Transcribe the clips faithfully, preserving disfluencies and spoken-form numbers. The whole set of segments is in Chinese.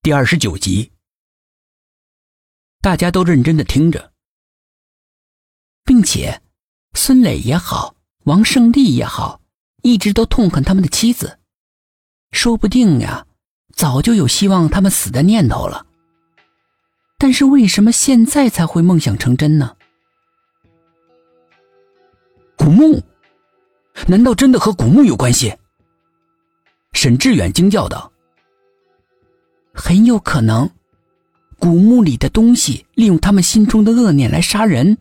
第二十九集。大家都认真地听着， 并且孙磊也好，王胜利也好，一直都痛恨他们的妻子，说不定呀，早就有希望他们死的念头了。但是为什么现在才会梦想成真呢？ 古墓，难道真的和古墓有关系？沈志远惊叫道。 很有可能，古墓里的东西利用他们心中的恶念来杀人。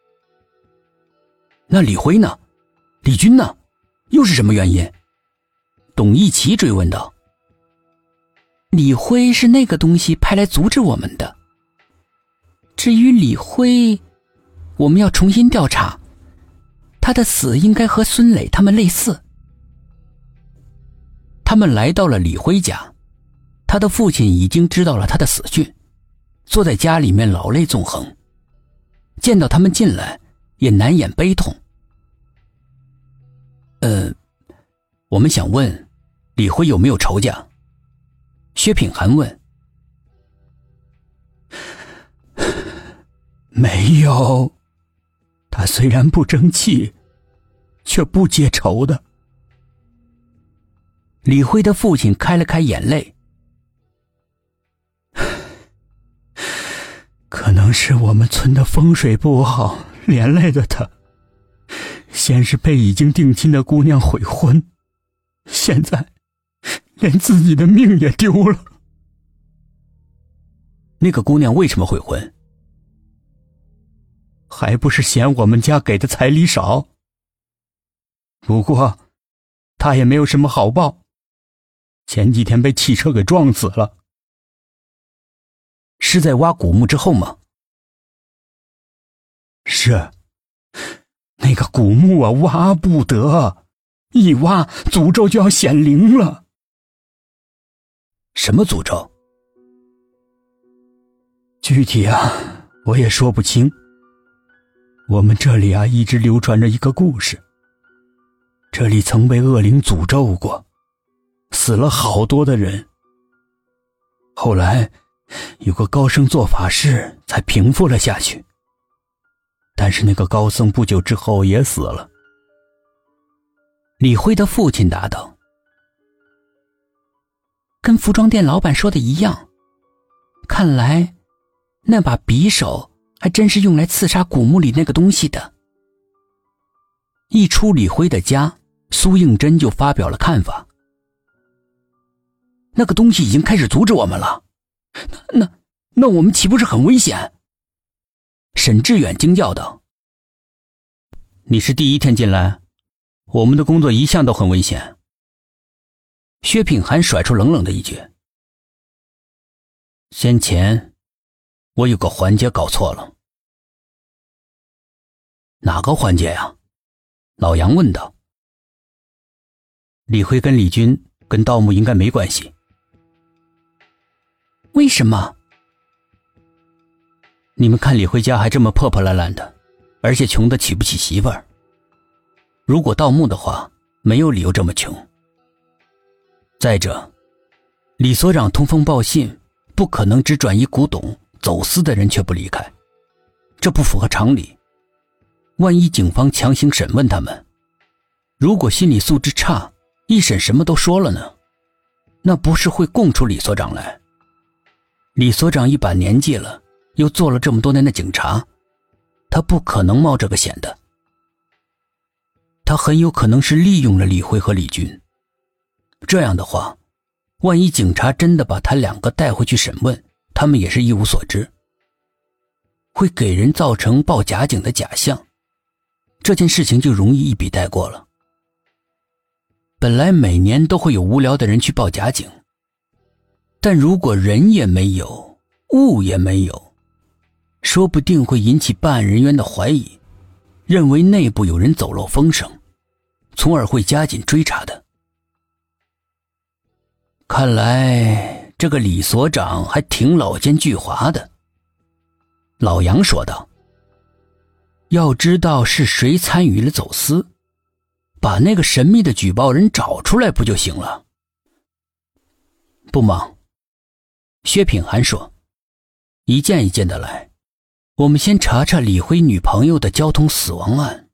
那李辉呢？李军呢？又是什么原因？董一奇追问道。 李辉是那个东西派来阻止我们的。至于李辉，我们要重新调查，他的死应该和孙磊他们类似。 他们来到了李辉家，他的父亲已经知道了他的死讯，坐在家里面老泪纵横，见到他们进来也难掩悲痛。呃，我们想问李辉有没有仇家？薛品涵问。 没有，他虽然不争气，却不结仇的。 李辉的父亲开了开眼泪。 可能是我们村的风水不好，连累的他。先是被已经定亲的姑娘悔婚，现在连自己的命也丢了。 那个姑娘为什么悔婚？ 还不是嫌我们家给的彩礼少。不过他也没有什么好报，前几天被汽车给撞死了。 是在挖古墓之后吗？ 是，那个古墓啊，挖不得，一挖诅咒就要显灵了。 什么诅咒？ 具体啊，我也说不清。我们这里啊，一直流传着一个故事，这里曾被恶灵诅咒过，死了好多的人。后来有个高僧做法事才平复了下去，但是那个高僧不久之后也死了。 李辉的父亲答道。 跟服装店老板说的一样，看来那把匕首还真是用来刺杀古墓里那个东西的。 一出李辉的家，苏应真就发表了看法。那个东西已经开始阻止我们了，那那那我们岂不是很危险？沈志远惊叫道。你是第一天进来，我们的工作一向都很危险。薛品涵甩出冷冷的一句。先前我有个环节搞错了。哪个环节呀？老杨问道。李辉跟李军跟盗墓应该没关系。 为什么？ 你们看李辉家还这么破破烂烂的，而且穷得娶不起媳妇儿。如果盗墓的话，没有理由这么穷。再者，李所长通风报信，不可能只转移古董，走私的人却不离开，这不符合常理。万一警方强行审问他们，如果心理素质差，一审什么都说了呢，那不是会供出李所长来。李所长一把年纪了，又做了这么多年的警察，他不可能冒这个险的。他很有可能是利用了李辉和李军。这样的话，万一警察真的把他两个带回去审问，他们也是一无所知，会给人造成报假警的假象，这件事情就容易一笔带过了。本来每年都会有无聊的人去报假警，但如果人也没有，物也没有，说不定会引起办案人员的怀疑，认为内部有人走漏风声，从而会加紧追查的。看来这个李所长还挺老奸巨猾的。老杨说道。要知道是谁参与了走私，把那个神秘的举报人找出来不就行了？不忙， 薛品涵说：“一件一件的来，我们先查查李辉女朋友的交通死亡案。”